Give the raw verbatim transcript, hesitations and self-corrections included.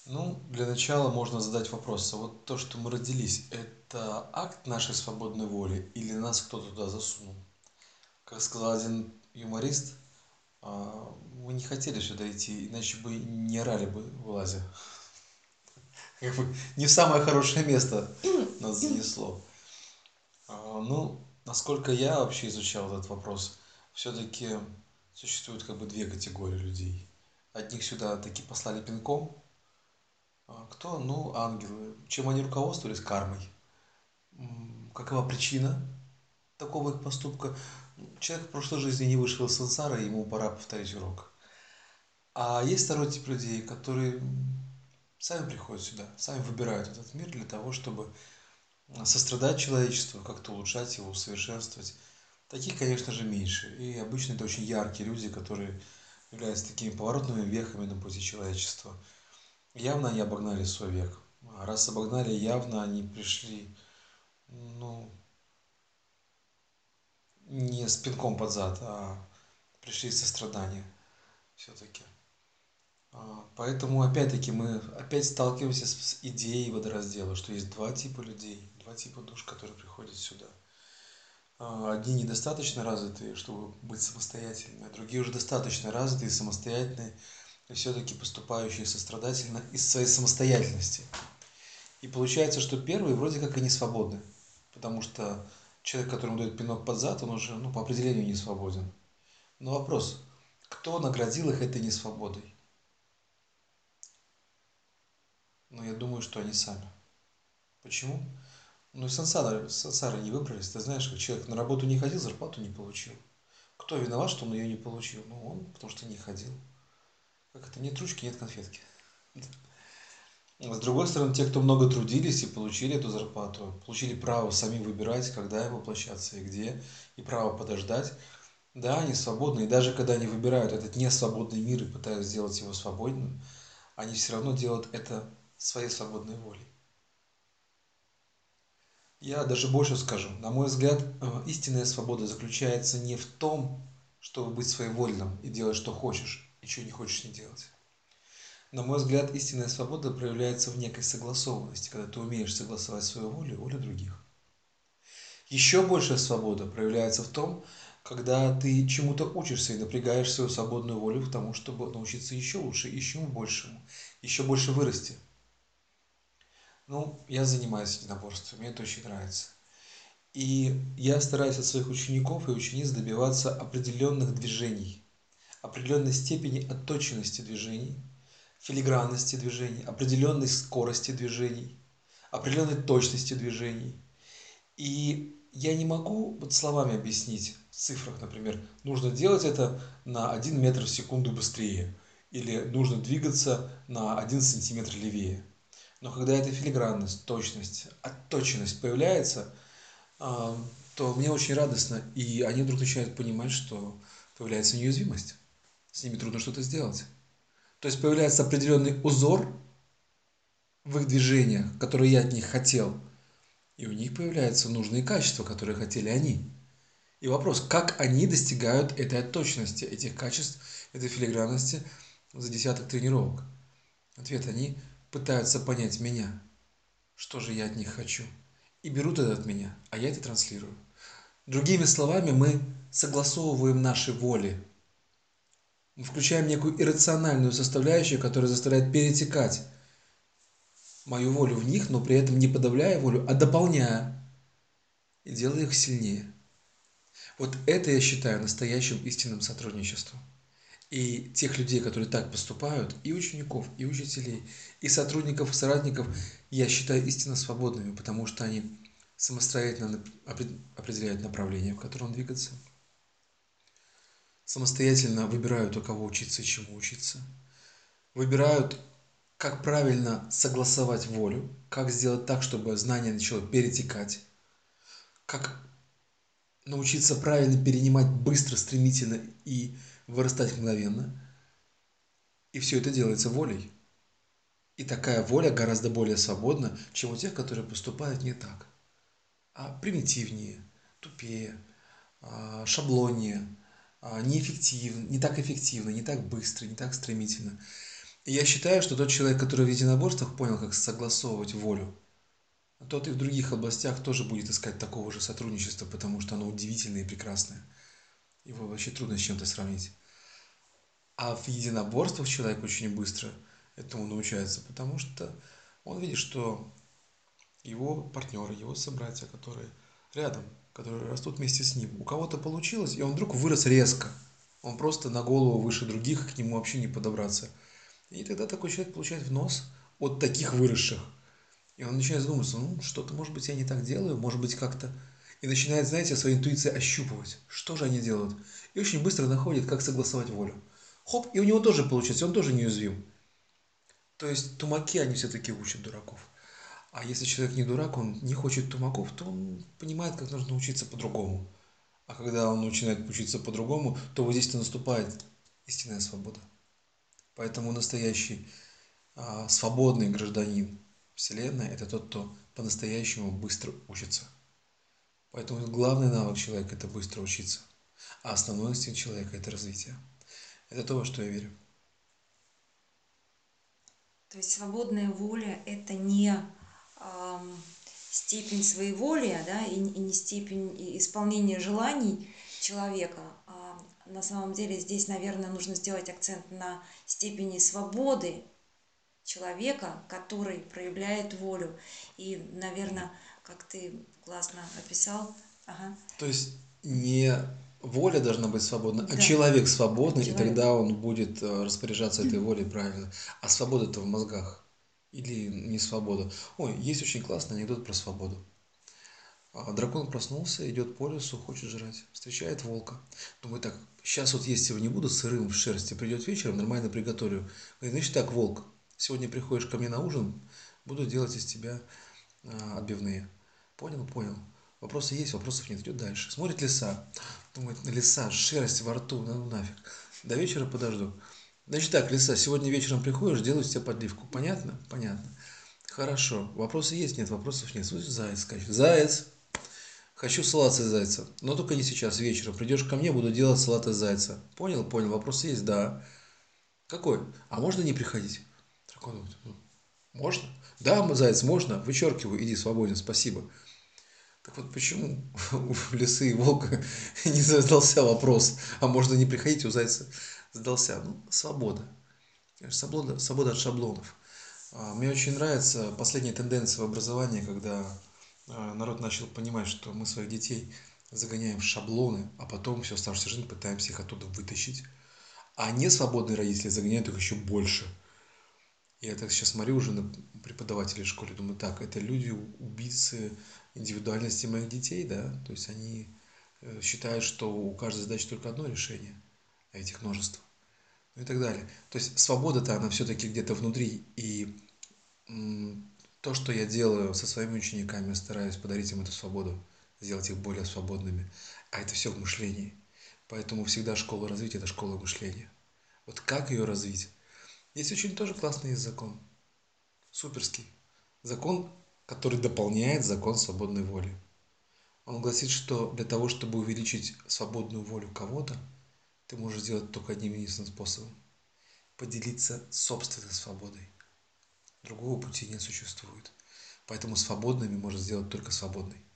Ну, для начала можно задать вопрос, а вот то, что мы родились, это акт нашей свободной воли или нас кто-то туда засунул? Как сказал один юморист, а, мы не хотели сюда идти, иначе бы не орали бы в лазе. Как бы не в самое хорошее место нас занесло. А, Ну, насколько я вообще изучал этот вопрос, все-таки существует как бы две категории людей. Одних сюда таки послали пинком, а кто? Ну, ангелы. Чем они руководствовались? Кармой. М, Какова причина такого их поступка? Человек в прошлой жизни не вышел из сансары, ему пора повторить урок. А есть второй тип людей, которые сами приходят сюда, сами выбирают этот мир для того, чтобы сострадать человечеству, как-то улучшать его, усовершенствовать. Таких, конечно же, меньше. И обычно это очень яркие люди, которые являются такими поворотными вехами на пути человечества. Явно они обогнали свой век. А раз обогнали, явно они пришли, ну, не с пинком под зад, а пришли из сострадания все-таки. А, Поэтому, опять-таки, мы опять сталкиваемся с идеей водораздела, что есть два типа людей, два типа душ, которые приходят сюда. А, Одни недостаточно развитые, чтобы быть самостоятельными, а другие уже достаточно развитые, самостоятельные, и все-таки поступающие сострадательно из своей самостоятельности. И получается, что первые вроде как и не свободны, потому что человек, которому дают пинок под зад, он уже ну, по определению не свободен. Но вопрос, кто наградил их этой несвободой? Ну, я думаю, что они сами. Почему? Ну, из сансары, сансары не выбрались. Ты знаешь, как человек на работу не ходил, зарплату не получил. Кто виноват, что он ее не получил? Ну, он, потому что не ходил. Как это? Нет ручки, нет конфетки. С другой стороны, те, кто много трудились и получили эту зарплату, получили право сами выбирать, когда им воплощаться и где, и право подождать. Да, они свободны, и даже когда они выбирают этот несвободный мир и пытаются сделать его свободным, они все равно делают это своей свободной волей. Я даже больше скажу. На мой взгляд, э, истинная свобода заключается не в том, чтобы быть своевольным и делать, что хочешь, и что не хочешь не делать. На мой взгляд, истинная свобода проявляется в некой согласованности, когда ты умеешь согласовать свою волю и волю других. Еще большая свобода проявляется в том, когда ты чему-то учишься и напрягаешь свою свободную волю к тому, чтобы научиться еще лучше, еще большему, еще больше вырасти. Ну, я занимаюсь единоборством, мне это очень нравится. И я стараюсь от своих учеников и учениц добиваться определенных движений, определенной степени отточенности движений, филигранности движений, определенной скорости движений, определенной точности движений. И я не могу вот словами объяснить в цифрах, например, нужно делать это на один метр в секунду быстрее или нужно двигаться на один сантиметр левее. Но когда эта филигранность, точность, отточенность появляется, а, то мне очень радостно, и они вдруг начинают понимать, что появляется неуязвимость. С ними трудно что-то сделать. То есть появляется определенный узор в их движениях, который я от них хотел, и у них появляются нужные качества, которые хотели они. И вопрос, как они достигают этой точности, этих качеств, этой филигранности за десяток тренировок? Ответ, они пытаются понять меня, что же я от них хочу, и берут это от меня, а я это транслирую. Другими словами, мы согласовываем наши воли. Мы включаем некую иррациональную составляющую, которая заставляет перетекать мою волю в них, но при этом не подавляя волю, а дополняя и делая их сильнее. Вот это я считаю настоящим истинным сотрудничеством. И тех людей, которые так поступают, и учеников, и учителей, и сотрудников, и соратников, я считаю истинно свободными, потому что они самостоятельно определяют направление, в котором двигаться, самостоятельно выбирают, у кого учиться и чему учиться, выбирают, как правильно согласовать волю, как сделать так, чтобы знание начало перетекать, как научиться правильно перенимать быстро, стремительно и вырастать мгновенно. И все это делается волей. И такая воля гораздо более свободна, чем у тех, которые поступают не так, а примитивнее, тупее, а, шаблоннее, а, неэффективно, не так эффективно, не так быстро, не так стремительно. И я считаю, что тот человек, который в единоборствах понял, как согласовывать волю, тот и в других областях тоже будет искать такого же сотрудничества, потому что оно удивительное и прекрасное. Его вообще трудно с чем-то сравнить. А в единоборствах человек очень быстро этому научается, потому что он видит, что его партнеры, его собратья, которые рядом, которые растут вместе с ним, у кого-то получилось, и он вдруг вырос резко. Он просто на голову выше других, к нему вообще не подобраться. И тогда такой человек получает в нос от таких выросших. И он начинает задумываться, ну, что-то, может быть, я не так делаю, может быть, как-то... И начинает, знаете, своей интуицией ощупывать, что же они делают. И очень быстро находит, как согласовать волю. Хоп, и у него тоже получается, он тоже неуязвим. То есть тумаки, они все-таки учат дураков. А если человек не дурак, он не хочет тумаков, то он понимает, как нужно учиться по-другому. А когда он начинает учиться по-другому, то вот здесь-то наступает истинная свобода. Поэтому настоящий а, свободный гражданин Вселенной – это тот, кто по-настоящему быстро учится. Поэтому главный навык человека – это быстро учиться. А основной инстинкт человека – это развитие. Это то, во что я верю. То есть свободная воля – это не ам, степень своеволия, да, и, и не степень исполнения желаний человека. А на самом деле здесь, наверное, нужно сделать акцент на степени свободы человека, который проявляет волю. И, наверное, как ты классно описал, ага, То есть не воля должна быть свободна, а да, человек свободный, и человек. тогда он будет э, распоряжаться этой волей правильно. А свобода-то в мозгах. Или не свобода. Ой, есть очень классный анекдот про свободу. А, Дракон проснулся, идет по лесу, хочет жрать. Встречает волка. Думает так, сейчас вот есть его не буду сырым в шерсти, придет вечером, нормально приготовлю. Говорит, значит так, волк, сегодня приходишь ко мне на ужин, буду делать из тебя а, отбивные. Понял, понял. Вопросы есть, вопросов нет. Идет дальше. Смотрит лиса. Думает, лиса, шерсть во рту, ну нафиг. До вечера подожду. Значит так, лиса, сегодня вечером приходишь, делаю тебе подливку. Понятно? Понятно. Хорошо. Вопросы есть? Нет, вопросов нет. Смотрит, заяц скачет. Заяц, хочу салат из зайца. Но только не сейчас, вечером. Придешь ко мне, буду делать салат из зайца. Понял? Понял. Вопросы есть? Да. Какой? А можно не приходить? Дракон думает, «Ну, можно? Да, заяц, можно. Вычеркиваю, иди свободен, спасибо. Так вот почему у лисы и волка не задался вопрос, а можно не приходить, у зайца задался? Ну, свобода. Свобода, свобода от шаблонов. А, Мне очень нравится последняя тенденция в образовании, когда а, народ начал понимать, что мы своих детей загоняем в шаблоны, а потом всю оставшуюся жизнь пытаемся их оттуда вытащить. А несвободные родители загоняют их еще больше. Я так сейчас смотрю уже на преподавателей в школе, думаю, так, это люди, убийцы индивидуальности моих детей, да, то есть они э, считают, что у каждой задачи только одно решение, а этих множество, ну и так далее. То есть свобода-то, она все-таки где-то внутри, и м, то, что я делаю со своими учениками, я стараюсь подарить им эту свободу, сделать их более свободными, а это все в мышлении. Поэтому всегда школа развития – это школа мышления. Вот как ее развить? Есть очень тоже классный есть закон. Суперский. Закон, который дополняет закон свободной воли. Он гласит, что для того, чтобы увеличить свободную волю кого-то, ты можешь сделать только одним единственным способом. Поделиться собственной свободой. Другого пути не существует. Поэтому свободными может сделать только свободный.